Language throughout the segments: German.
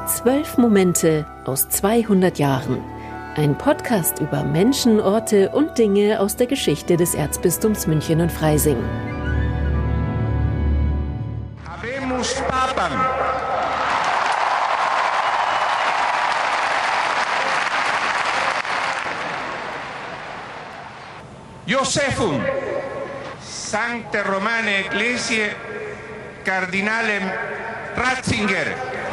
12 Momente aus 200 Jahren. Ein Podcast über Menschen, Orte und Dinge aus der Geschichte des Erzbistums München und Freising. Habemus Papam. Josephum, Sancte Romane Ecclesiae, Kardinalem Ratzinger.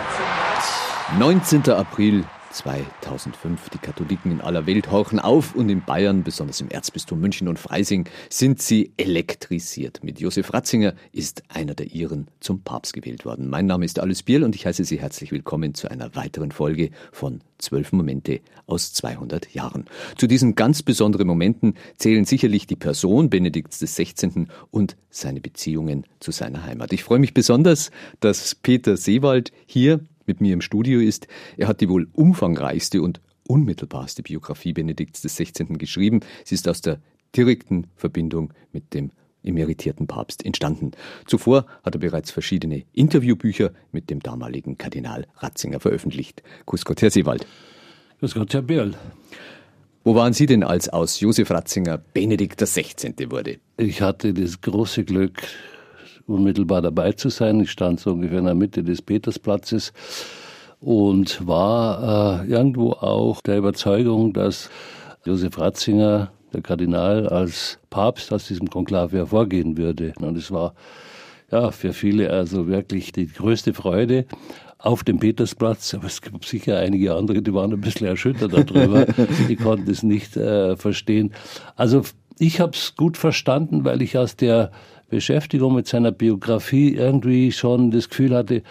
19. April 2005. Die Katholiken in aller Welt horchen auf und in Bayern, besonders im Erzbistum München und Freising, sind sie elektrisiert. Mit Josef Ratzinger ist einer der Iren zum Papst gewählt worden. Mein Name ist Alois Bierl und ich heiße Sie herzlich willkommen zu einer weiteren Folge von 12 Momente aus 200 Jahren. Zu diesen ganz besonderen Momenten zählen sicherlich die Person Benedikts XVI. Und seine Beziehungen zu seiner Heimat. Ich freue mich besonders, dass Peter Seewald hier mit mir im Studio ist. Er hat die wohl umfangreichste und unmittelbarste Biografie Benedikts XVI. Geschrieben. Sie ist aus der direkten Verbindung mit dem emeritierten Papst entstanden. Zuvor hat er bereits verschiedene Interviewbücher mit dem damaligen Kardinal Ratzinger veröffentlicht. Grüß Gott, Herr Seewald. Grüß Gott, Herr Bierl. Wo waren Sie denn, als aus Josef Ratzinger Benedikt XVI. Wurde? Ich hatte das große Glück, unmittelbar dabei zu sein. Ich stand so ungefähr in der Mitte des Petersplatzes und war irgendwo auch der Überzeugung, dass Josef Ratzinger, der Kardinal, als Papst aus diesem Konklave hervorgehen würde. Und es war ja für viele also wirklich die größte Freude auf dem Petersplatz. Aber es gab sicher einige andere, die waren ein bisschen erschüttert darüber. Die konnten es nicht verstehen. Also ich habe es gut verstanden, weil ich aus der Beschäftigung mit seiner Biografie irgendwie schon das Gefühl hatte,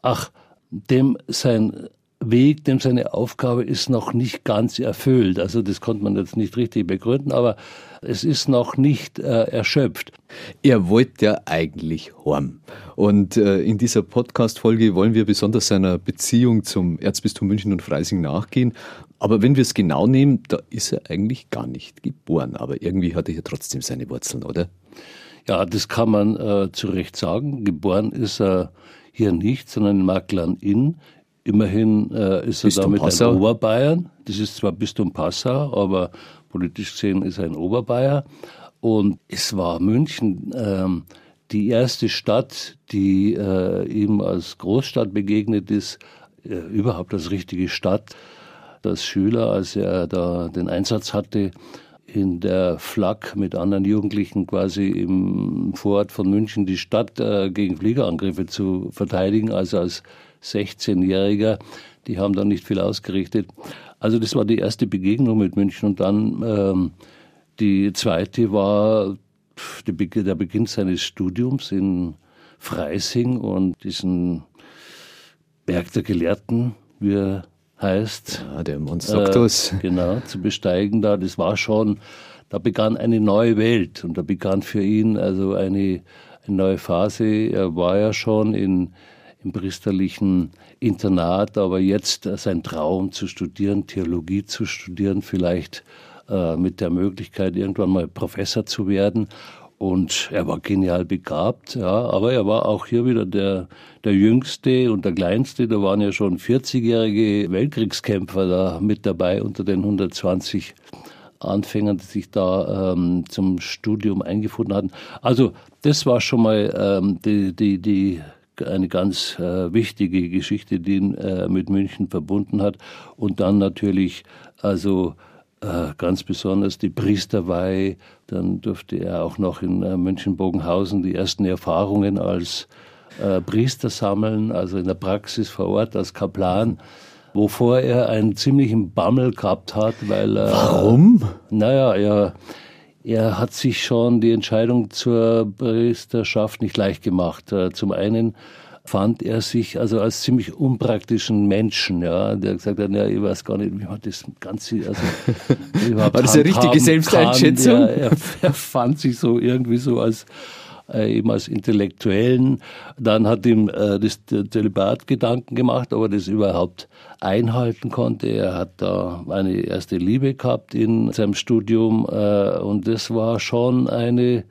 dem sein Weg, dem seine Aufgabe ist noch nicht ganz erfüllt. Also das konnte man jetzt nicht richtig begründen, aber es ist noch nicht erschöpft. Er wollte ja eigentlich heim. Und in dieser Podcast-Folge wollen wir besonders seiner Beziehung zum Erzbistum München und Freising nachgehen. Aber wenn wir es genau nehmen, da ist er eigentlich gar nicht geboren. Aber irgendwie hat er ja trotzdem seine Wurzeln, oder? Ja, das kann man zu Recht sagen. Geboren ist er hier nicht, sondern in Markl am Inn. Immerhin ist er damit ein Oberbayern. Das ist zwar Bistum Passau, aber politisch gesehen ist er ein Oberbayer. Und es war München die erste Stadt, die ihm als Großstadt begegnet ist, überhaupt als richtige Stadt. Als Schüler, als er da den Einsatz hatte, in der Flak mit anderen Jugendlichen quasi im Vorort von München die Stadt gegen Fliegerangriffe zu verteidigen, also als 16-Jähriger. Die haben dann nicht viel ausgerichtet. Also das war die erste Begegnung mit München und dann die zweite war der Beginn seines Studiums in Freising und diesen Berg der Gelehrten, wie er heißt. Ja, der Mons Doctus. Genau, zu besteigen da. Das war schon, da begann eine neue Welt und da begann für ihn also eine neue Phase. Er war ja schon im priesterlichen Internat, aber jetzt sein Traum zu studieren, Theologie zu studieren, vielleicht mit der Möglichkeit, irgendwann mal Professor zu werden. Und er war genial begabt, ja, aber er war auch hier wieder der Jüngste und der Kleinste. Da waren ja schon 40-jährige Weltkriegskämpfer da mit dabei unter den 120 Anfängern, die sich da zum Studium eingefunden hatten. Also das war schon mal eine ganz wichtige Geschichte, die ihn mit München verbunden hat. Und dann natürlich also ganz besonders die Priesterweihe. Dann durfte er auch noch in München-Bogenhausen die ersten Erfahrungen als Priester sammeln, also in der Praxis vor Ort als Kaplan, wovor er einen ziemlichen Bammel gehabt hat, weil Warum? Naja, er hat sich schon die Entscheidung zur Priesterschaft nicht leicht gemacht. Zum einen fand er sich also als ziemlich unpraktischen Menschen, ja, der gesagt hat, ja, ich weiß gar nicht, wie man das Ganze, also überhaupt war das eine richtige Selbsteinschätzung? Ja, er fand sich so irgendwie so als eben als Intellektuellen. Dann hat ihm das Zölibat Gedanken gemacht, ob er das überhaupt einhalten konnte. Er hat da eine erste Liebe gehabt in seinem Studium und das war schon eine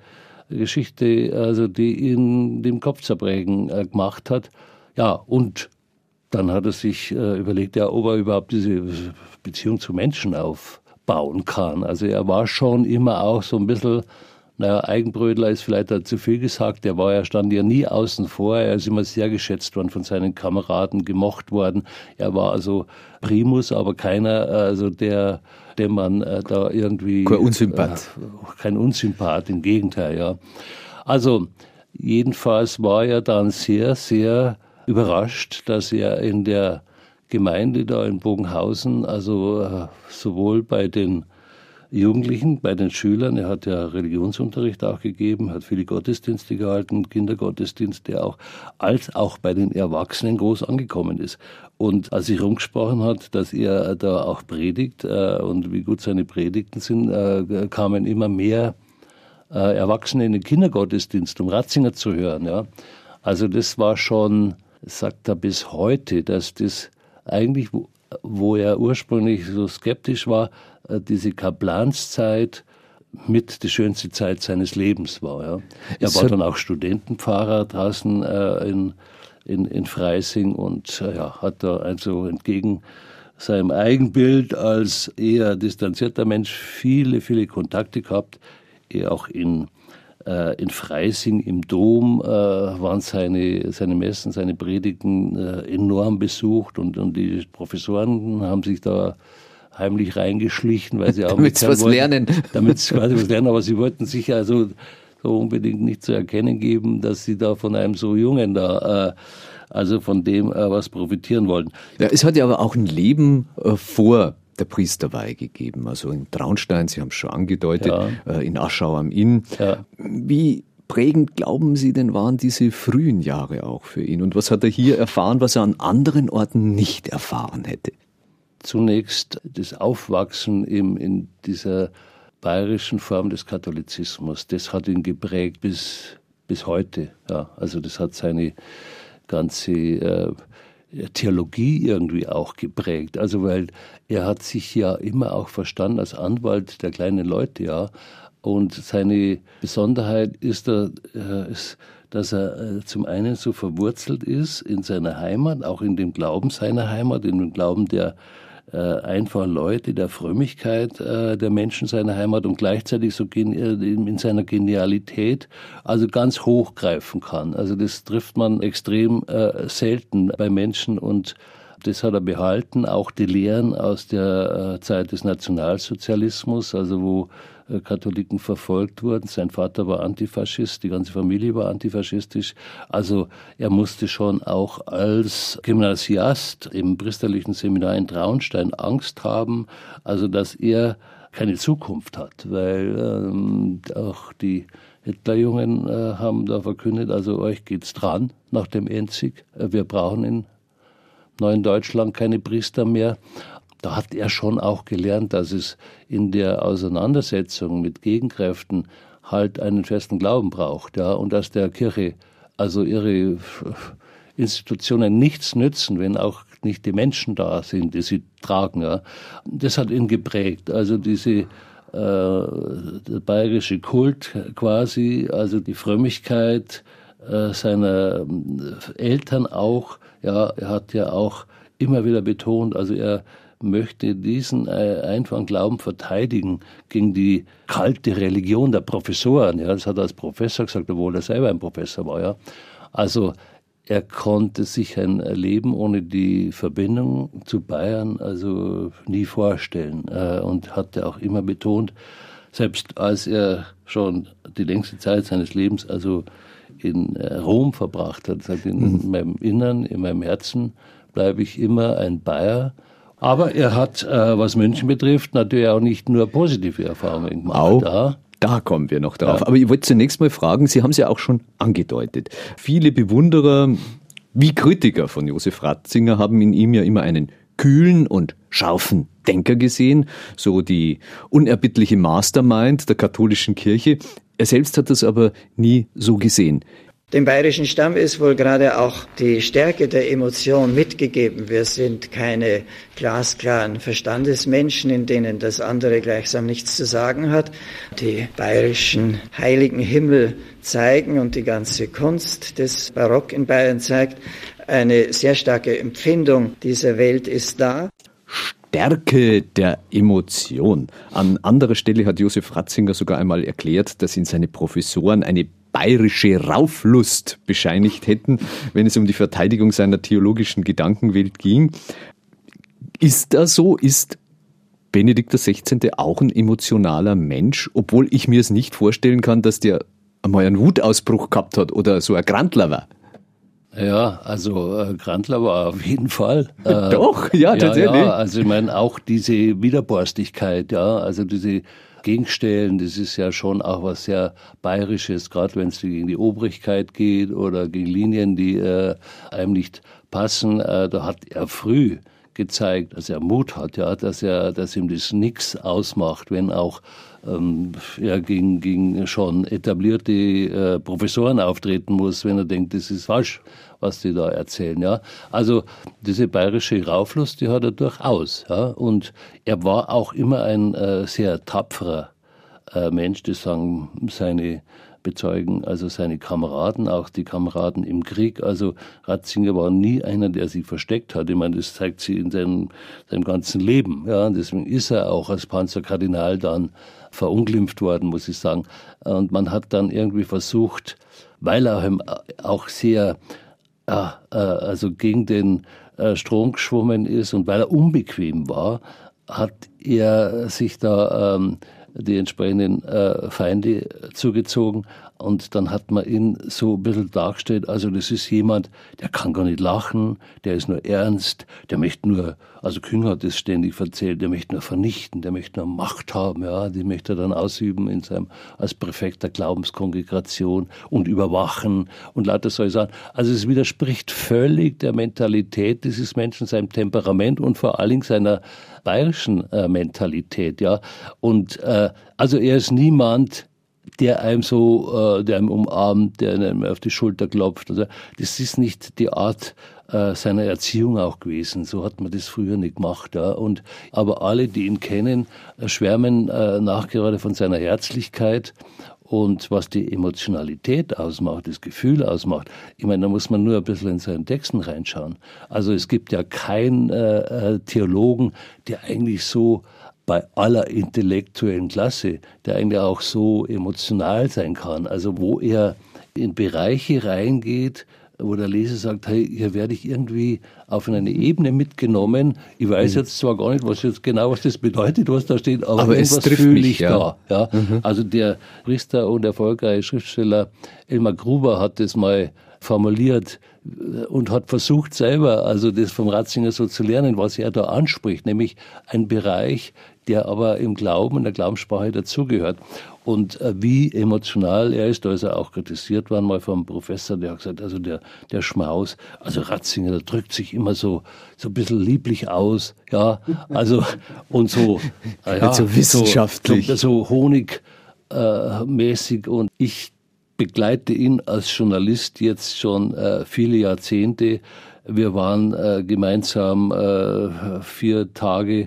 Geschichte, also die ihn den Kopfzerbrechen gemacht hat. Ja, und dann hat er sich überlegt, ja, ob er überhaupt diese Beziehung zu Menschen aufbauen kann. Also er war schon immer auch so ein bisschen, Eigenbrötler ist vielleicht zu viel gesagt, stand ja nie außen vor, er ist immer sehr geschätzt worden von seinen Kameraden, gemocht worden. Er war also Primus, aber keiner, dem man da irgendwie... Kein Unsympath. Kein Unsympath, im Gegenteil, ja. Also jedenfalls war er dann sehr, sehr überrascht, dass er in der Gemeinde da in Bogenhausen, also sowohl bei den Jugendlichen, bei den Schülern, er hat ja Religionsunterricht auch gegeben, hat viele Gottesdienste gehalten, Kindergottesdienste auch, als auch bei den Erwachsenen groß angekommen ist. Und als sich rumgesprochen hat, dass er da auch predigt und wie gut seine Predigten sind, kamen immer mehr Erwachsene in den Kindergottesdienst, um Ratzinger zu hören. Ja. Also das war schon, sagt er bis heute, dass das eigentlich, wo er ursprünglich so skeptisch war, diese Kaplanszeit mit die schönste Zeit seines Lebens war. Ja. Er war dann auch Studentenpfarrer draußen in Freising und hat da also entgegen seinem Eigenbild als eher distanzierter Mensch viele, viele Kontakte gehabt. Er auch in Freising im Dom waren seine Messen, seine Predigten enorm besucht und die Professoren haben sich da heimlich reingeschlichen, weil sie auch damit sie was lernen. Damit sie quasi was lernen, aber sie wollten sich also so unbedingt nicht zu erkennen geben, dass sie da von einem so Jungen da, also von dem was profitieren wollten. Ja, es hat ja aber auch ein Leben vor der Priesterweihe gegeben, also in Traunstein, Sie haben es schon angedeutet, in Aschau am Inn. Ja. Wie prägend, glauben Sie denn, waren diese frühen Jahre auch für ihn? Und was hat er hier erfahren, was er an anderen Orten nicht erfahren hätte? Zunächst das Aufwachsen in dieser bayerischen Form des Katholizismus, das hat ihn geprägt bis heute. Ja, also das hat seine ganze Theologie irgendwie auch geprägt. Also weil er hat sich ja immer auch verstanden als Anwalt der kleinen Leute, ja. Und seine Besonderheit ist, dass er zum einen so verwurzelt ist in seiner Heimat, auch in dem Glauben seiner Heimat, in dem Glauben der einfachen Leute, der Frömmigkeit der Menschen seiner Heimat und gleichzeitig so in seiner Genialität also ganz hochgreifen kann. Also das trifft man extrem selten bei Menschen und das hat er behalten, auch die Lehren aus der Zeit des Nationalsozialismus, also wo Katholiken verfolgt wurden. Sein Vater war Antifaschist, die ganze Familie war antifaschistisch. Also er musste schon auch als Gymnasiast im priesterlichen Seminar in Traunstein Angst haben, also dass er keine Zukunft hat, weil auch die Hitlerjungen haben da verkündet, also euch geht's dran nach dem Endsieg. Wir brauchen in neuen Deutschland keine Priester mehr. Da hat er schon auch gelernt, dass es in der Auseinandersetzung mit Gegenkräften halt einen festen Glauben braucht, ja, und dass der Kirche also ihre Institutionen nichts nützen, wenn auch nicht die Menschen da sind, die sie tragen, ja. Das hat ihn geprägt. Also der bayerische Kult quasi, also die Frömmigkeit seiner Eltern auch, ja, er hat ja auch immer wieder betont, also er möchte diesen einfachen Glauben verteidigen gegen die kalte Religion der Professoren. Ja, das hat er als Professor gesagt, obwohl er selber ein Professor war. Ja. Also er konnte sich ein Leben ohne die Verbindung zu Bayern also nie vorstellen und hatte auch immer betont, selbst als er schon die längste Zeit seines Lebens also in Rom verbracht hat, sagt, in meinem Innern, in meinem Herzen bleibe ich immer ein Bayer. Aber er hat, was München betrifft, natürlich auch nicht nur positive Erfahrungen gemacht. Auch da kommen wir noch drauf. Ja. Aber ich wollte zunächst mal fragen, Sie haben es ja auch schon angedeutet. Viele Bewunderer wie Kritiker von Josef Ratzinger haben in ihm ja immer einen kühlen und scharfen Denker gesehen, so die unerbittliche Mastermind der katholischen Kirche. Er selbst hat das aber nie so gesehen. Dem bayerischen Stamm ist wohl gerade auch die Stärke der Emotion mitgegeben. Wir sind keine glasklaren Verstandesmenschen, in denen das andere gleichsam nichts zu sagen hat. Die bayerischen heiligen Himmel zeigen und die ganze Kunst des Barock in Bayern zeigt eine sehr starke Empfindung dieser Welt ist da. Stärke der Emotion. An anderer Stelle hat Josef Ratzinger sogar einmal erklärt, dass ihn seine Professoren eine bayerische Rauflust bescheinigt hätten, wenn es um die Verteidigung seiner theologischen Gedankenwelt ging. Ist das so? Ist Benedikt XVI. Auch ein emotionaler Mensch, obwohl ich mir es nicht vorstellen kann, dass der einmal einen Wutausbruch gehabt hat oder so ein Grantler war? Ja, also Grantler war auf jeden Fall. Doch, ja, tatsächlich. Ja, also ich meine auch diese Widerborstigkeit, ja, also diese Gegenstellen, das ist ja schon auch was sehr Bayerisches, gerade wenn es gegen die Obrigkeit geht oder gegen Linien, die einem nicht passen. Da hat er früh gezeigt, dass er Mut hat, ja, dass ihm das nichts ausmacht, wenn auch gegen schon etablierte Professoren auftreten muss, wenn er denkt, das ist falsch, was die da erzählen. Ja. Also diese bayerische Rauflust, die hat er durchaus. Ja. Und er war auch immer ein sehr tapferer Mensch, das sagen seine bezeugen, also seine Kameraden, auch die Kameraden im Krieg. Also Ratzinger war nie einer, der sich versteckt hat. Ich meine, das zeigt sie in seinem ganzen Leben. Ja, und deswegen ist er auch als Panzerkardinal dann verunglimpft worden, muss ich sagen. Und man hat dann irgendwie versucht, weil er auch sehr also gegen den Strom geschwommen ist und weil er unbequem war, hat er sich da die entsprechenden Feinde zugezogen. Und dann hat man ihn so ein bisschen dargestellt, also das ist jemand, der kann gar nicht lachen, der ist nur ernst, der möchte nur, also Kühn hat das ständig erzählt, der möchte nur vernichten, der möchte nur Macht haben, ja, die möchte er dann ausüben als Präfekt der Glaubenskongregation und überwachen und lauter solche Sachen. Also es widerspricht völlig der Mentalität dieses Menschen, seinem Temperament und vor allen Dingen seiner bayerischen Mentalität, ja. Und also er ist niemand, der einem umarmt, der einem auf die Schulter klopft. Also das ist nicht die Art seiner Erziehung auch gewesen. So hat man das früher nicht gemacht. Ja. Aber alle, die ihn kennen, schwärmen nachgerade von seiner Herzlichkeit und was die Emotionalität ausmacht, das Gefühl ausmacht. Ich meine, da muss man nur ein bisschen in seinen Texten reinschauen. Also es gibt ja keinen Theologen, der eigentlich so bei aller intellektuellen Klasse, der eigentlich auch so emotional sein kann. Also wo er in Bereiche reingeht, wo der Leser sagt, hey, hier werde ich irgendwie auf eine Ebene mitgenommen. Ich weiß jetzt zwar gar nicht, was das bedeutet, was da steht, aber irgendwas fühle ich da. Ja? Also der Priester und erfolgreiche Schriftsteller Elmar Gruber hat das mal formuliert und hat versucht selber, also das vom Ratzinger so zu lernen, was er da anspricht, nämlich ein Bereich, der aber im Glauben, in der Glaubenssprache dazugehört. Und wie emotional er ist, da ist er auch kritisiert worden mal vom Professor, der hat gesagt, also der Schmaus, also Ratzinger, der drückt sich immer so ein bisschen lieblich aus, ja, also und so, so wissenschaftlich, so honigmäßig und ich begleite ihn als Journalist jetzt schon viele Jahrzehnte. Wir waren gemeinsam 4 Tage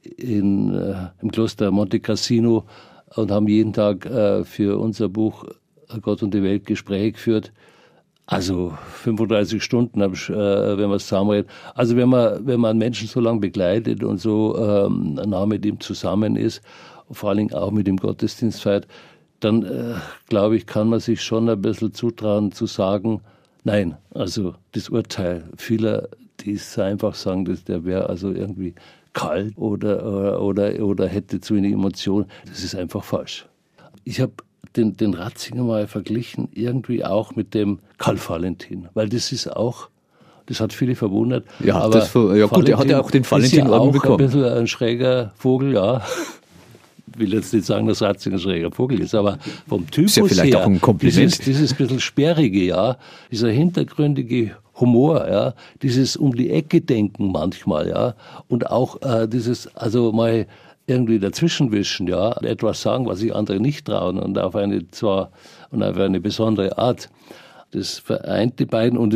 im Kloster Monte Cassino und haben jeden Tag für unser Buch Gott und die Welt Gespräche geführt. Also 35 Stunden, wenn man es zusammenredet. Also wenn man einen Menschen so lange begleitet und so nah mit ihm zusammen ist, vor allen Dingen auch mit dem Gottesdienst feiert, dann, glaube ich, kann man sich schon ein bisschen zutrauen zu sagen, nein, also das Urteil vieler, die einfach sagen, dass der wäre also irgendwie kalt oder hätte zu wenig Emotionen, das ist einfach falsch. Ich habe den Ratzinger mal verglichen, irgendwie auch mit dem Karl Valentin, weil das ist auch, das hat viele verwundert. Ja, aber gut, er hat ja auch den Valentin-Orden bekommen. Ein bisschen ein schräger Vogel, ja. Ich will jetzt nicht sagen, dass Ratzinger ein schräger Vogel ist, aber vom Typus ist ja vielleicht her, auch ein Kompliment. Dieses bisschen sperrige, ja, dieser hintergründige Humor, ja, dieses um die Ecke denken manchmal, ja, und auch dieses, also mal irgendwie dazwischenwischen, ja, etwas sagen, was sich andere nicht trauen und auf eine besondere Art. Das vereint die beiden und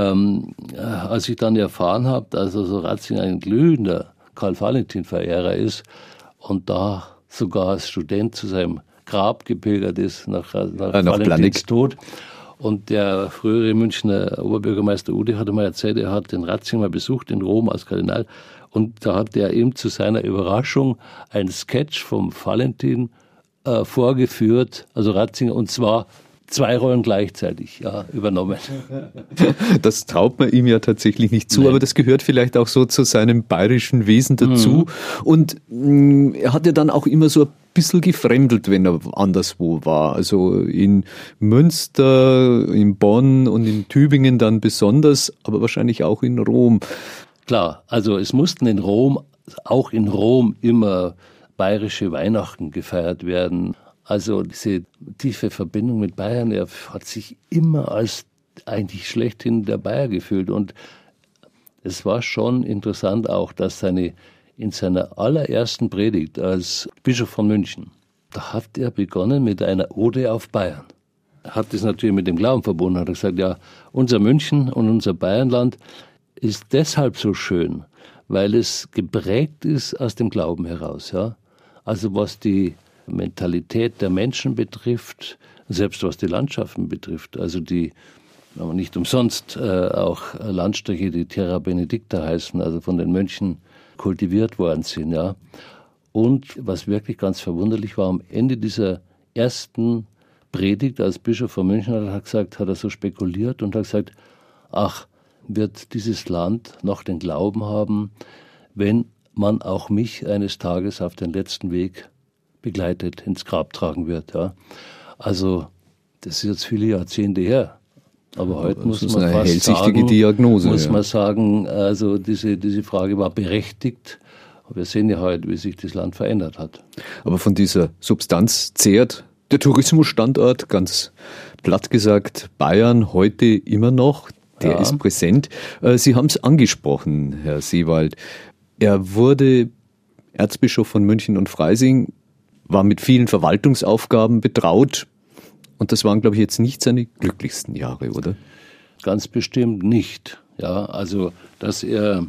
als ich dann erfahren habe, dass also Ratzinger ein glühender Karl-Valentin-Verehrer ist und da sogar als Student zu seinem Grab gepilgert ist nach Valentins Tod Und der frühere Münchner Oberbürgermeister Ude hat mal erzählt, er hat den Ratzinger mal besucht in Rom als Kardinal. Und da hat er ihm zu seiner Überraschung einen Sketch vom Valentin vorgeführt, also Ratzinger, und zwar 2 Rollen gleichzeitig übernommen. Das traut man ihm ja tatsächlich nicht zu, aber das gehört vielleicht auch so zu seinem bayerischen Wesen dazu. Und er hat ja dann auch immer so ein bisschen gefremdelt, wenn er anderswo war. Also in Münster, in Bonn und in Tübingen dann besonders, aber wahrscheinlich auch in Rom. Klar, also es mussten auch in Rom immer bayerische Weihnachten gefeiert werden. Also diese tiefe Verbindung mit Bayern, er hat sich immer als eigentlich schlechthin der Bayer gefühlt. Und es war schon interessant auch, dass in seiner allerersten Predigt als Bischof von München, da hat er begonnen mit einer Ode auf Bayern. Er hat das natürlich mit dem Glauben verbunden, hat gesagt, ja, unser München und unser Bayernland ist deshalb so schön, weil es geprägt ist aus dem Glauben heraus. Ja? Also was die Mentalität der Menschen betrifft, selbst was die Landschaften betrifft, also die nicht umsonst auch Landstriche, die Terra Benedicta heißen, also von den Mönchen kultiviert worden sind. Ja. Und was wirklich ganz verwunderlich war, am Ende dieser ersten Predigt als Bischof von München hat er so spekuliert und hat gesagt, ach, wird dieses Land noch den Glauben haben, wenn man auch mich eines Tages auf den letzten Weg begleitet, ins Grab tragen wird. Ja. Also das ist jetzt viele Jahrzehnte her. Aber heute muss man eine fast hellsichtige Diagnose, man sagen, also diese Frage war berechtigt. Wir sehen ja heute, wie sich das Land verändert hat. Aber von dieser Substanz zehrt der Tourismusstandort, ganz platt gesagt, Bayern heute immer noch. Der ist präsent. Sie haben es angesprochen, Herr Seewald. Er wurde Erzbischof von München und Freising, war mit vielen Verwaltungsaufgaben betraut. Und das waren, glaube ich, jetzt nicht seine glücklichsten Jahre, oder? Ganz bestimmt nicht. Ja, also, dass er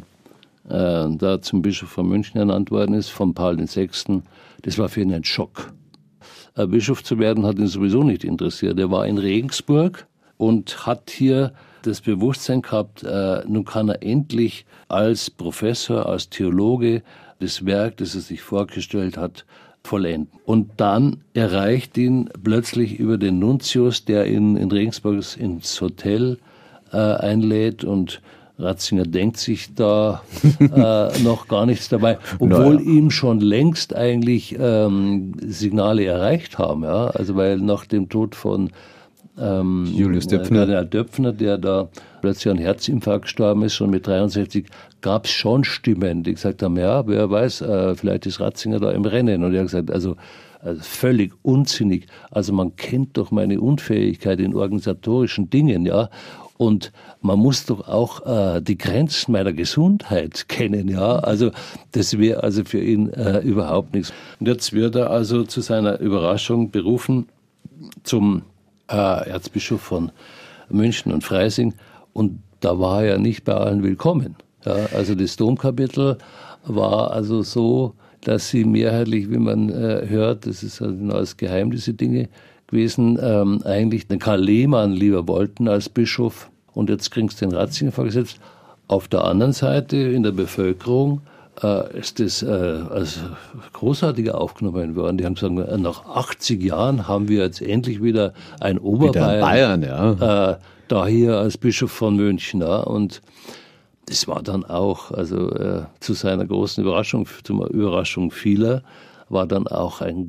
da zum Bischof von München ernannt worden ist, von Paul VI., das war für ihn ein Schock. Bischof zu werden hat ihn sowieso nicht interessiert. Er war in Regensburg und hat hier das Bewusstsein gehabt, nun kann er endlich als Professor, als Theologe das Werk, das er sich vorgestellt hat, vollenden. Und dann erreicht ihn plötzlich über den Nuntius, der in Regensburg ins Hotel einlädt, und Ratzinger denkt sich da noch gar nichts dabei, obwohl ihm schon längst eigentlich Signale erreicht haben. Ja? Also weil nach dem Tod von Julius Döpfner. Kardinal Döpfner, der da plötzlich an Herzinfarkt gestorben ist, schon mit 63, gab es schon Stimmen, die gesagt haben, ja, wer weiß, vielleicht ist Ratzinger da im Rennen. Und er hat gesagt, also völlig unsinnig. Also man kennt doch meine Unfähigkeit in organisatorischen Dingen, ja. Und man muss doch auch die Grenzen meiner Gesundheit kennen, ja. Also das wäre also für ihn überhaupt nichts. Und jetzt wird er also zu seiner Überraschung berufen zum Erzbischof von München und Freising, und da war er nicht bei allen willkommen. Ja, also das Domkapitel war also so, dass sie mehrheitlich, wie man hört, das ist also alles geheim, diese Dinge gewesen, eigentlich den Karl Lehmann lieber wollten als Bischof, und jetzt kriegst du den Ratzinger vorgesetzt. Auf der anderen Seite in der Bevölkerung ist das als großartiger aufgenommen worden. Die haben gesagt, nach 80 Jahren haben wir jetzt endlich wieder ein Oberbayern, ja. Da hier als Bischof von München. Ja. Und das war dann auch, also zu seiner großen Überraschung, zur Überraschung vieler, war dann auch ein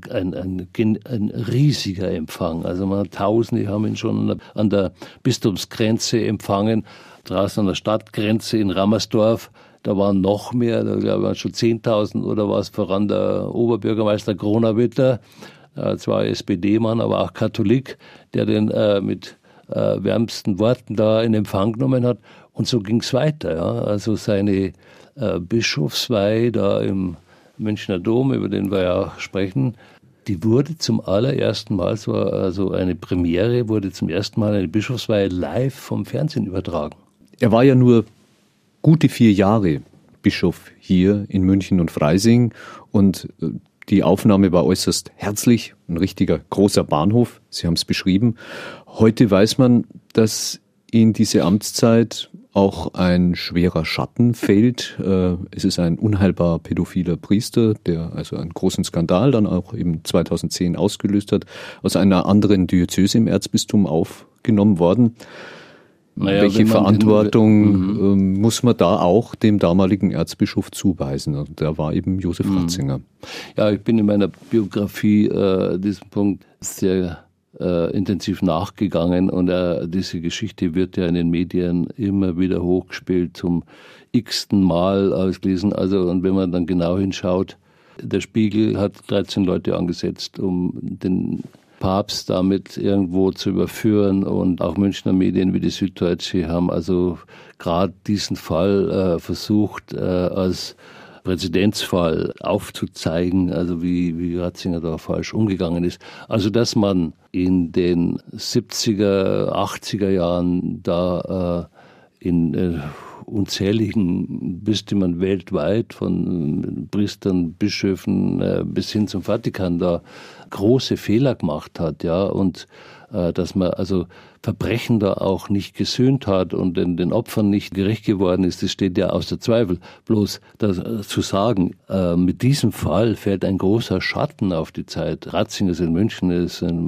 riesiger Empfang. Also Tausende haben ihn schon an der Bistumsgrenze empfangen, draußen an der Stadtgrenze in Rammersdorf. Da waren noch mehr, da waren schon 10.000 oder was, voran der Oberbürgermeister Gronawitter, zwar SPD-Mann, aber auch Katholik, der den mit wärmsten Worten da in Empfang genommen hat. Und so ging es weiter. Ja. Also seine Bischofsweihe da im Münchner Dom, über den wir ja auch sprechen, die wurde zum allerersten Mal, also eine Premiere, wurde zum ersten Mal eine Bischofsweihe live vom Fernsehen übertragen. Er war ja nur gute 4 Jahre Bischof hier in München und Freising, und Die Aufnahme war äußerst herzlich, ein richtiger großer Bahnhof. Sie haben es beschrieben. Heute weiß man, dass in diese Amtszeit auch ein schwerer Schatten fällt. Es ist ein unheilbar pädophiler Priester, der also einen großen Skandal dann auch eben 2010 ausgelöst hat, aus einer anderen Diözese im Erzbistum aufgenommen worden. Welche Verantwortung muss man da auch dem damaligen Erzbischof zuweisen? Und da war eben Josef Ratzinger. Ja, ich bin in meiner Biografie diesem Punkt sehr intensiv nachgegangen und diese Geschichte wird ja in den Medien immer wieder hochgespielt, zum x-ten Mal ausgelesen. Also, und wenn man dann genau hinschaut, der Spiegel hat 13 Leute angesetzt, um den Papst damit irgendwo zu überführen, und auch Münchner Medien wie die Süddeutsche haben also gerade diesen Fall versucht als Präzedenzfall aufzuzeigen, also wie Ratzinger da falsch umgegangen ist. Also dass man in den 70er, 80er Jahren da in unzähligen Bistümern weltweit, von Priestern, Bischöfen bis hin zum Vatikan, da große Fehler gemacht hat, ja, und dass man also Verbrechen da auch nicht gesühnt hat und den Opfern nicht gerecht geworden ist, das steht ja außer Zweifel. Bloß zu sagen, mit diesem Fall fällt ein großer Schatten auf die Zeit Ratzingers in München, ist in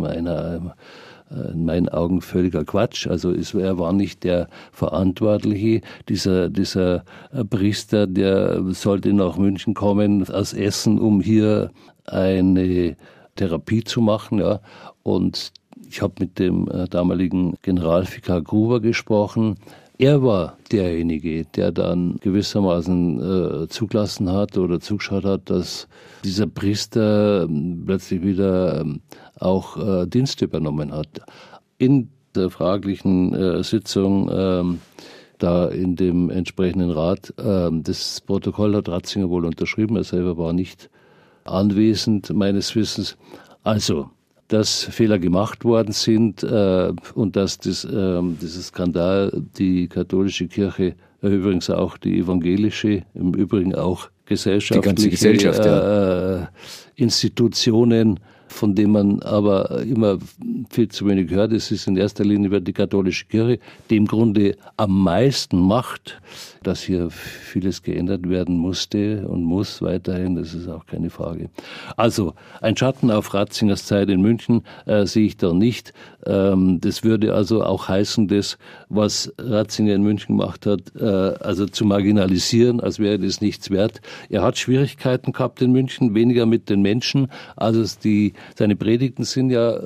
meinen Augen völliger Quatsch. Also er war nicht der Verantwortliche. Dieser Priester, der sollte nach München kommen aus Essen, um hier eine Therapie zu machen, ja. Und ich habe mit dem damaligen Generalvikar Gruber gesprochen. Er war derjenige, der dann gewissermaßen zugelassen hat oder zugeschaut hat, dass dieser Priester plötzlich wieder auch Dienst übernommen hat. In der fraglichen Sitzung da in dem entsprechenden Rat, das Protokoll hat Ratzinger wohl unterschrieben, er selber war nicht anwesend, meines Wissens. Also, dass Fehler gemacht worden sind und dass dieser Skandal die katholische Kirche, übrigens auch die evangelische, im Übrigen auch gesellschaftliche, die ganze Gesellschaft, Institutionen, von denen man aber immer viel zu wenig hört. Es ist in erster Linie die katholische Kirche, die im Grunde am meisten macht, dass hier vieles geändert werden musste und muss weiterhin, das ist auch keine Frage. Also ein Schatten auf Ratzingers Zeit in München sehe ich da nicht. Das würde also auch heißen, das, was Ratzinger in München gemacht hat, also zu marginalisieren, als wäre das nichts wert. Er hat Schwierigkeiten gehabt in München, weniger mit den Menschen. Also seine Predigten sind ja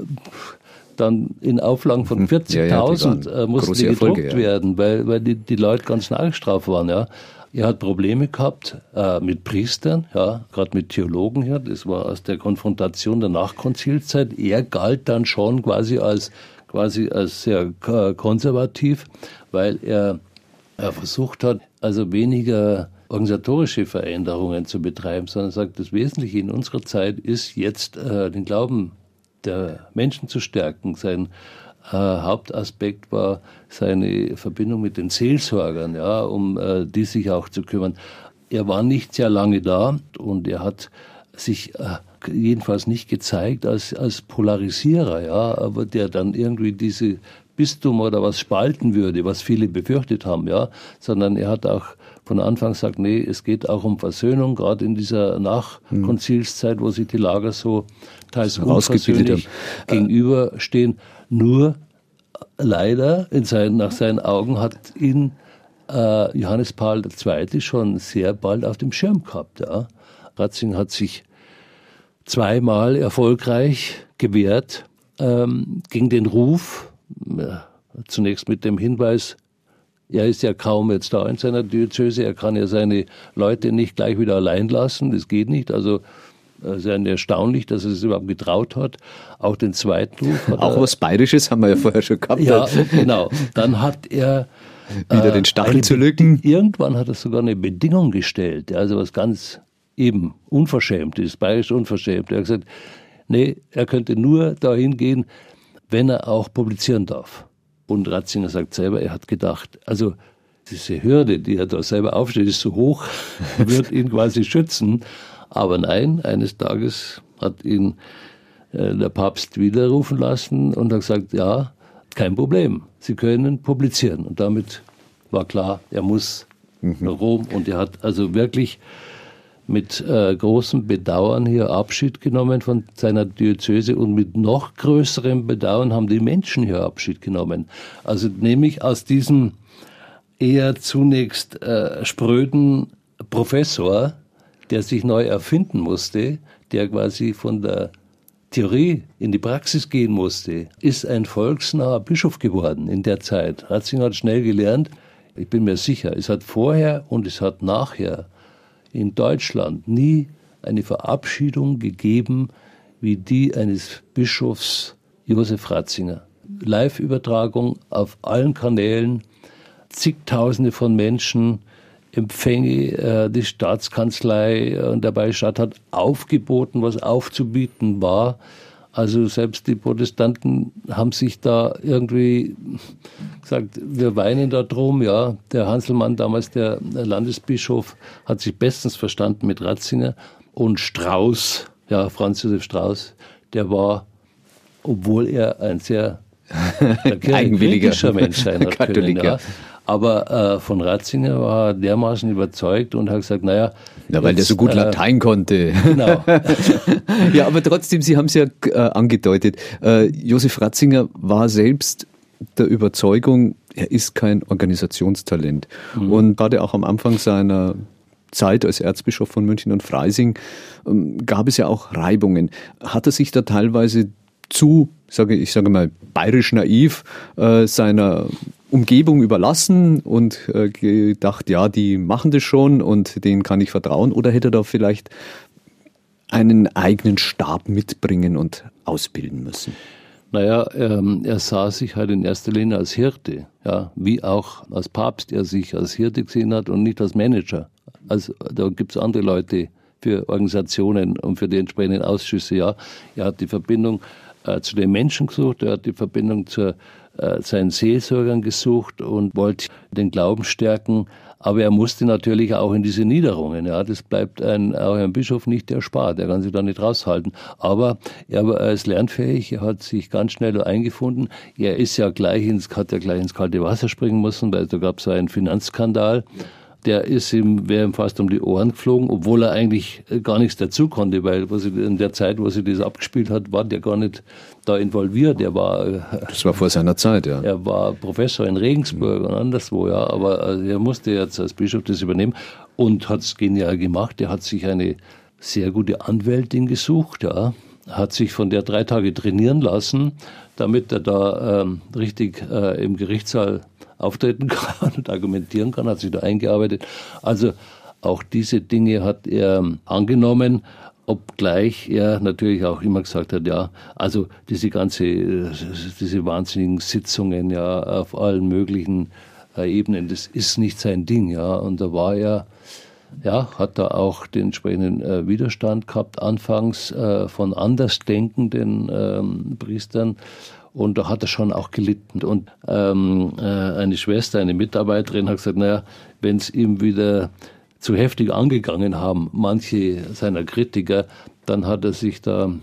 dann in Auflagen von 40.000 mussten die gedruckt werden, weil die Leute ganz nachgestraft waren. Ja. Er hat Probleme gehabt mit Priestern, ja, gerade mit Theologen hier. Das war aus der Konfrontation der Nachkonzilszeit. Er galt dann schon quasi als sehr konservativ, weil er versucht hat, also weniger organisatorische Veränderungen zu betreiben, sondern sagt, das Wesentliche in unserer Zeit ist jetzt den Glauben der Menschen zu stärken. Sein Hauptaspekt war seine Verbindung mit den Seelsorgern, ja, um die sich auch zu kümmern. Er war nicht sehr lange da und er hat sich jedenfalls nicht gezeigt als Polarisierer, ja, aber der dann irgendwie diese Bistum oder was spalten würde, was viele befürchtet haben, ja, sondern er hat auch von Anfang gesagt, nee, es geht auch um Versöhnung, gerade in dieser Nachkonzilszeit, wo sich die Lager so teils unversöhnlich gegenüberstehen. Nur leider, nach seinen Augen, hat ihn Johannes Paul II. Schon sehr bald auf dem Schirm gehabt. Ja. Ratzinger hat sich zweimal erfolgreich gewehrt gegen den Ruf, zunächst mit dem Hinweis, er ist ja kaum jetzt da in seiner Diözese, er kann ja seine Leute nicht gleich wieder allein lassen, das geht nicht, also sehr erstaunlich, dass er es überhaupt getraut hat. Auch den zweiten Ruf. Auch was Bayerisches haben wir ja vorher schon gehabt. Ja, genau. Dann hat er wieder den Stachel zu lücken. Irgendwann hat er sogar eine Bedingung gestellt, also was ganz eben unverschämt ist, bayerisch unverschämt. Er hat gesagt, nee, er könnte nur dahin gehen, wenn er auch publizieren darf. Und Ratzinger sagt selber, er hat gedacht, also diese Hürde, die er da selber aufsteht, ist so hoch, wird ihn quasi schützen. Aber nein, eines Tages hat ihn der Papst widerrufen lassen und hat gesagt, ja, kein Problem, Sie können publizieren. Und damit war klar, er muss nach Rom. Und er hat also wirklich mit großem Bedauern hier Abschied genommen von seiner Diözese und mit noch größerem Bedauern haben die Menschen hier Abschied genommen. Also nämlich aus diesem eher zunächst spröden Professor, der sich neu erfinden musste, der quasi von der Theorie in die Praxis gehen musste, ist ein volksnaher Bischof geworden in der Zeit. Ratzinger hat schnell gelernt, ich bin mir sicher, es hat vorher und es hat nachher in Deutschland nie eine Verabschiedung gegeben wie die eines Bischofs Josef Ratzinger. Live-Übertragung auf allen Kanälen, zigtausende von Menschen, Empfänge, die Staatskanzlei und der Beichtstaat hat aufgeboten, was aufzubieten war. Also selbst die Protestanten haben sich da irgendwie gesagt, wir weinen da drum. Ja, der Hanselmann, damals der Landesbischof, hat sich bestens verstanden mit Ratzinger. Und Strauß, ja, Franz Josef Strauß, der war, obwohl er ein sehr eigenwilliger Mensch sein hat können, ja, aber von Ratzinger war er dermaßen überzeugt und hat gesagt, naja. Ja, weil der so gut Latein konnte. Genau. Ja, aber trotzdem, Sie haben es ja angedeutet, Josef Ratzinger war selbst der Überzeugung, er ist kein Organisationstalent. Und gerade auch am Anfang seiner Zeit als Erzbischof von München und Freising gab es ja auch Reibungen. Hat er sich da teilweise ich sage mal, bayerisch naiv seiner Umgebung überlassen und gedacht, ja, die machen das schon und denen kann ich vertrauen? Oder hätte er da vielleicht einen eigenen Stab mitbringen und ausbilden müssen? Naja, er sah sich halt in erster Linie als Hirte, ja, wie auch als Papst er sich als Hirte gesehen hat und nicht als Manager. Also da gibt es andere Leute für Organisationen und für die entsprechenden Ausschüsse. Ja, er hat die Verbindung zu den Menschen gesucht, er hat die Verbindung zu seinen Seelsorgern gesucht und wollte den Glauben stärken, aber er musste natürlich auch in diese Niederungen. Ja, das bleibt auch ein Bischof nicht erspart, er kann sich da nicht raushalten. Aber er ist lernfähig, er hat sich ganz schnell eingefunden. Er ist ja gleich ins kalte Wasser springen müssen, weil da gab es so einen Finanzskandal. Der wäre ihm fast um die Ohren geflogen, obwohl er eigentlich gar nichts dazu konnte, weil in der Zeit, wo sie das abgespielt hat, war der gar nicht da involviert. Das war vor seiner Zeit, ja. Er war Professor in Regensburg und anderswo, ja, aber er musste jetzt als Bischof das übernehmen und hat es genial gemacht. Er hat sich eine sehr gute Anwältin gesucht, ja, hat sich von der 3 Tage trainieren lassen, damit er da richtig im Gerichtssaal auftreten kann und argumentieren kann, hat sich da eingearbeitet. Also auch diese Dinge hat er angenommen, obgleich er natürlich auch immer gesagt hat, ja, also diese wahnsinnigen Sitzungen, ja, auf allen möglichen Ebenen, das ist nicht sein Ding, ja. Und da war er, ja, hat da auch den entsprechenden Widerstand gehabt, anfangs von andersdenkenden Priestern. Und da hat er schon auch gelitten. Und eine Schwester, eine Mitarbeiterin hat gesagt, naja, wenn es ihm wieder zu heftig angegangen haben, manche seiner Kritiker, dann hat er sich da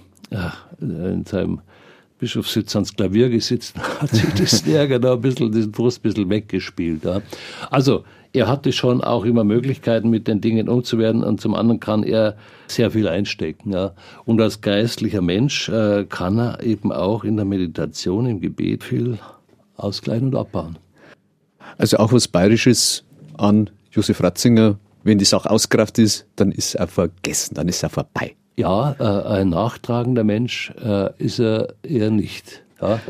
in seinem Bischofssitz ans Klavier gesetzt, hat sich das Ärger da diesen Frust ein bisschen weggespielt. Ja. Also er hatte schon auch immer Möglichkeiten, mit den Dingen umzuwerden und zum anderen kann er sehr viel einstecken. Ja. Und als geistlicher Mensch kann er eben auch in der Meditation, im Gebet viel ausgleichen und abbauen. Also auch was Bayerisches an Josef Ratzinger, wenn die Sache ausgereift ist, dann ist er vergessen, dann ist er vorbei. Ja, ein nachtragender Mensch ist er eher nicht. Ja.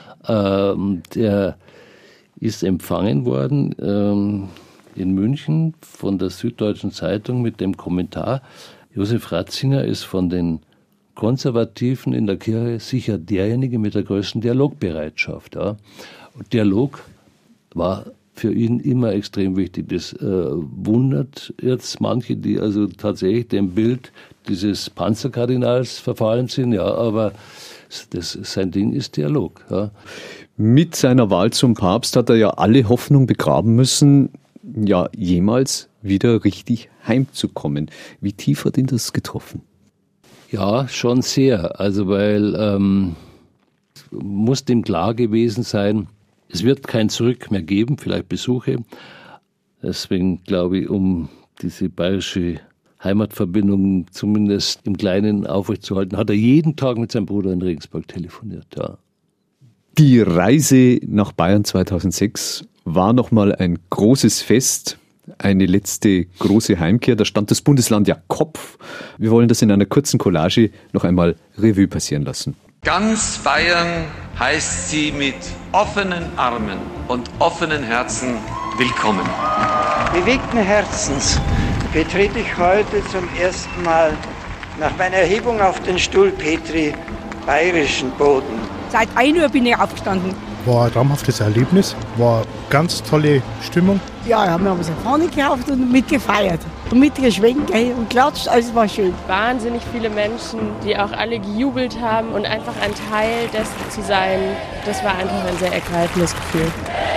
Der ist empfangen worden in München von der Süddeutschen Zeitung mit dem Kommentar, Josef Ratzinger ist von den Konservativen in der Kirche sicher derjenige mit der größten Dialogbereitschaft. Ja. Und Dialog war für ihn immer extrem wichtig. Das wundert jetzt manche, die also tatsächlich dem Bild dieses Panzerkardinals verfallen sind, ja, aber sein Ding ist Dialog. Ja. Mit seiner Wahl zum Papst hat er ja alle Hoffnung begraben müssen, ja jemals wieder richtig heimzukommen. Wie tief hat ihn das getroffen? Ja, schon sehr. Also weil muss dem klar gewesen sein, es wird kein Zurück mehr geben, vielleicht Besuche. Deswegen glaube ich, um diese bayerische Heimatverbindung zumindest im Kleinen aufrechtzuerhalten, hat er jeden Tag mit seinem Bruder in Regensburg telefoniert. Ja. Die Reise nach Bayern 2006 war nochmal ein großes Fest, eine letzte große Heimkehr. Da stand das Bundesland ja Kopf. Wir wollen das in einer kurzen Collage noch einmal Revue passieren lassen. Ganz Bayern heißt sie mit offenen Armen und offenen Herzen willkommen. Bewegten Herzens betrete ich heute zum ersten Mal nach meiner Erhebung auf den Stuhl Petri bayerischen Boden. Seit 1 Uhr bin ich aufgestanden. War ein traumhaftes Erlebnis, war ganz tolle Stimmung. Ja, wir haben uns eine Fahne gekauft und mitgefeiert. Und mitgeschwenkt und klatscht, alles war schön. Wahnsinnig viele Menschen, die auch alle gejubelt haben und einfach ein Teil dessen zu sein, das war einfach ein sehr ergreifendes Gefühl.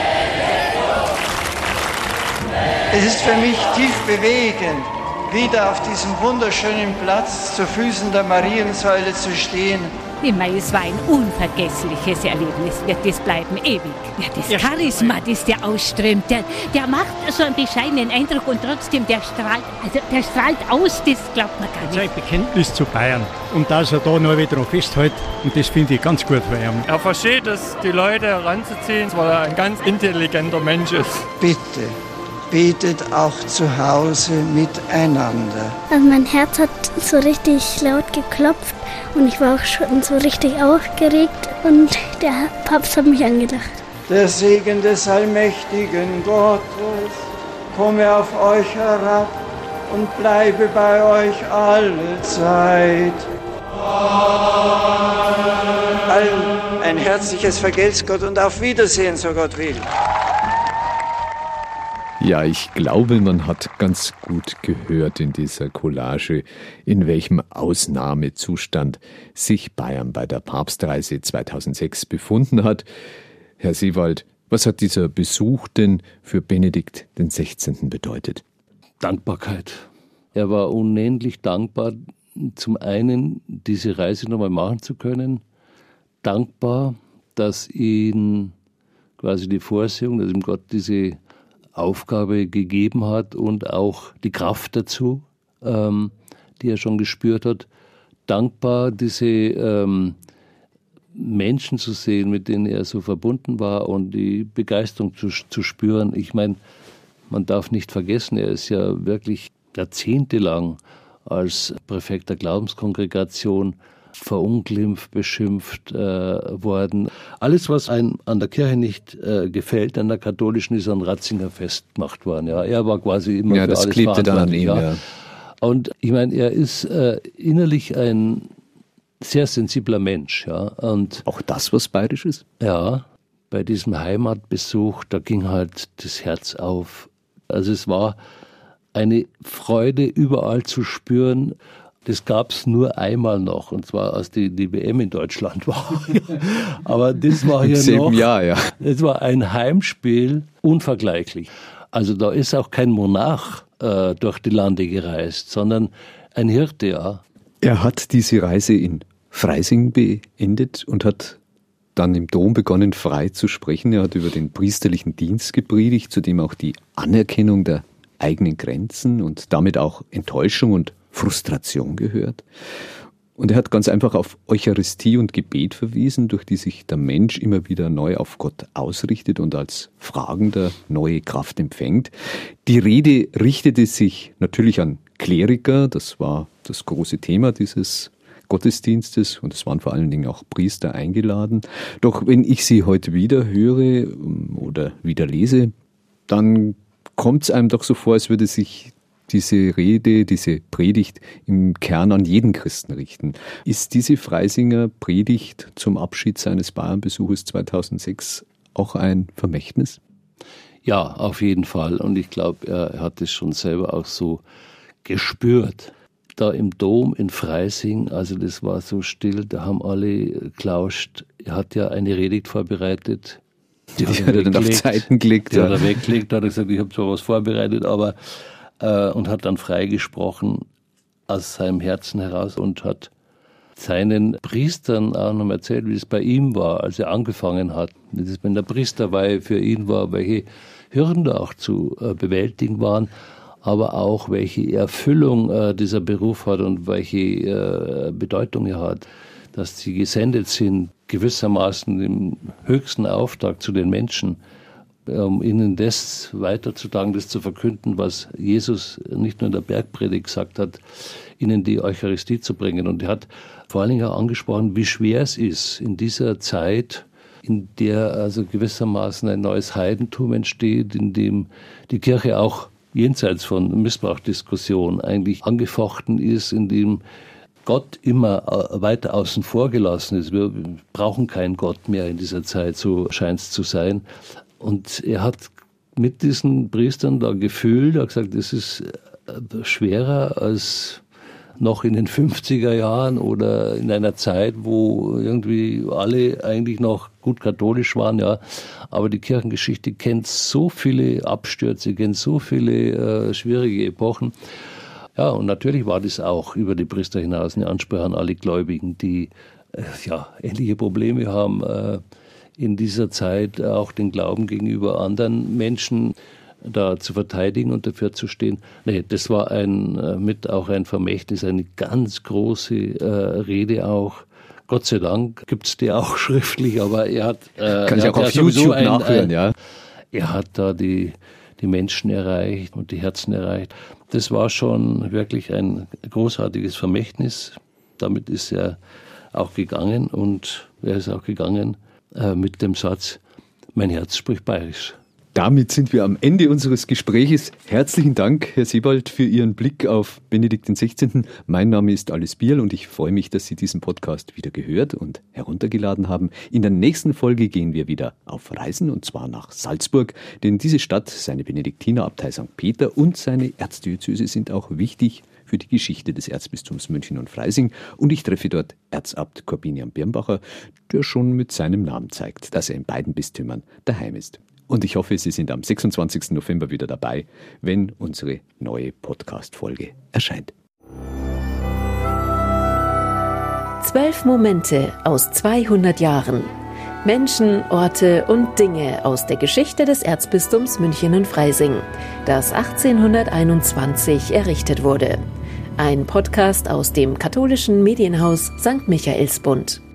Es ist für mich tief bewegend, wieder auf diesem wunderschönen Platz zu Füßen der Mariensäule zu stehen. Ich meine, es war ein unvergessliches Erlebnis, wird das bleiben, ewig. Ja, das Charisma, das der ausströmt, der macht so einen bescheidenen Eindruck und trotzdem, der strahlt aus, das glaubt man gar nicht. Sein Bekenntnis zu Bayern und dass er da noch wieder festhält und das finde ich ganz gut für ihn. Er versteht es, die Leute heranzuziehen, weil er ein ganz intelligenter Mensch ist. Bitte, betet auch zu Hause miteinander. Also mein Herz hat so richtig laut geklopft. Und ich war auch schon so richtig aufgeregt und der Papst hat mich angelacht. Der Segen des allmächtigen Gottes komme auf euch herab und bleibe bei euch alle Zeit. Allen ein herzliches Vergelt's Gott und auf Wiedersehen, so Gott will. Ja, ich glaube, man hat ganz gut gehört in dieser Collage, in welchem Ausnahmezustand sich Bayern bei der Papstreise 2006 befunden hat. Herr Seewald, was hat dieser Besuch denn für Benedikt XVI. Bedeutet? Dankbarkeit. Er war unendlich dankbar, zum einen diese Reise nochmal machen zu können, dankbar, dass ihn quasi die Vorsehung, dass ihm Gott diese Aufgabe gegeben hat und auch die Kraft dazu, die er schon gespürt hat. Dankbar, diese Menschen zu sehen, mit denen er so verbunden war und die Begeisterung zu spüren. Ich meine, man darf nicht vergessen, er ist ja wirklich jahrzehntelang als Präfekt der Glaubenskongregation verunglimpft, beschimpft worden. Alles, was einem an der Kirche nicht gefällt, an der katholischen, ist an Ratzinger festgemacht worden. Ja. Er war quasi immer für das alles klebte dann an ihm. Ja. Und ich meine, er ist innerlich ein sehr sensibler Mensch. Ja. Und auch das was Bayerisches? Ja, bei diesem Heimatbesuch, da ging halt das Herz auf. Also es war eine Freude, überall zu spüren. Das gab es nur einmal noch, und zwar als die WM in Deutschland war. Aber das war hier noch. Jahr, ja. Das war ein Heimspiel, unvergleichlich. Also da ist auch kein Monarch durch die Lande gereist, sondern ein Hirte, ja. Er hat diese Reise in Freising beendet und hat dann im Dom begonnen, frei zu sprechen. Er hat über den priesterlichen Dienst gepredigt, zu dem auch die Anerkennung der eigenen Grenzen und damit auch Enttäuschung und Frustration gehört. Und er hat ganz einfach auf Eucharistie und Gebet verwiesen, durch die sich der Mensch immer wieder neu auf Gott ausrichtet und als Fragender neue Kraft empfängt. Die Rede richtete sich natürlich an Kleriker, das war das große Thema dieses Gottesdienstes, und es waren vor allen Dingen auch Priester eingeladen. Doch wenn ich sie heute wieder höre oder wieder lese, dann kommt es einem doch so vor, als würde sich diese Rede, diese Predigt im Kern an jeden Christen richten. Ist diese Freisinger Predigt zum Abschied seines Bayernbesuches 2006 auch ein Vermächtnis? Ja, auf jeden Fall. Und ich glaube, er hat es schon selber auch so gespürt. Da im Dom in Freising, also das war so still, da haben alle gelauscht. Er hat ja eine Predigt vorbereitet, Die hat er dann auf Zeiten gelegt. Die hat er weggelegt, hat er gesagt, ich habe zwar was vorbereitet, aber und hat dann freigesprochen aus seinem Herzen heraus und hat seinen Priestern auch noch erzählt, wie es bei ihm war, als er angefangen hat. Wie das in der Priesterweihe für ihn war, welche Hürden da auch zu bewältigen waren, aber auch welche Erfüllung dieser Beruf hat und welche Bedeutung er hat. Dass sie gesendet sind, gewissermaßen im höchsten Auftrag zu den Menschen, um ihnen das weiterzutragen, das zu verkünden, was Jesus nicht nur in der Bergpredigt gesagt hat, ihnen die Eucharistie zu bringen. Und er hat vor allen Dingen auch angesprochen, wie schwer es ist in dieser Zeit, in der also gewissermaßen ein neues Heidentum entsteht, in dem die Kirche auch jenseits von Missbrauchdiskussion eigentlich angefochten ist, in dem Gott immer weiter außen vor gelassen ist. Wir brauchen keinen Gott mehr in dieser Zeit, so scheint es zu sein. Und er hat mit diesen Priestern da gefühlt, er hat gesagt, es ist schwerer als noch in den 50er Jahren oder in einer Zeit, wo irgendwie alle eigentlich noch gut katholisch waren, ja. Aber die Kirchengeschichte kennt so viele Abstürze, kennt so viele schwierige Epochen. Ja, und natürlich war das auch über die Priester hinaus eine Ansprache an alle Gläubigen, die ähnliche Probleme haben, in dieser Zeit auch den Glauben gegenüber anderen Menschen da zu verteidigen und dafür zu stehen. Nee, das war auch ein Vermächtnis, eine ganz große Rede auch. Gott sei Dank gibt's die auch schriftlich, aber er hat kann ich auch auf YouTube nachhören, ja. Er hat da die Menschen erreicht und die Herzen erreicht. Das war schon wirklich ein großartiges Vermächtnis. Damit ist er auch gegangen und er ist auch gegangen mit dem Satz, mein Herz spricht bayerisch. Damit sind wir am Ende unseres Gespräches. Herzlichen Dank, Herr Sebald, für Ihren Blick auf Benedikt XVI. Mein Name ist Alice Bierl und ich freue mich, dass Sie diesen Podcast wieder gehört und heruntergeladen haben. In der nächsten Folge gehen wir wieder auf Reisen und zwar nach Salzburg, denn diese Stadt, seine Benediktinerabtei St. Peter und seine Erzdiözese sind auch wichtig für die Geschichte des Erzbistums München und Freising und ich treffe dort Erzabt Korbinian Birnbacher, der schon mit seinem Namen zeigt, dass er in beiden Bistümern daheim ist. Und ich hoffe, Sie sind am 26. November wieder dabei, wenn unsere neue Podcast-Folge erscheint. 12 Momente aus 200 Jahren. Menschen, Orte und Dinge aus der Geschichte des Erzbistums München und Freising, das 1821 errichtet wurde. Ein Podcast aus dem katholischen Medienhaus St. Michaelsbund.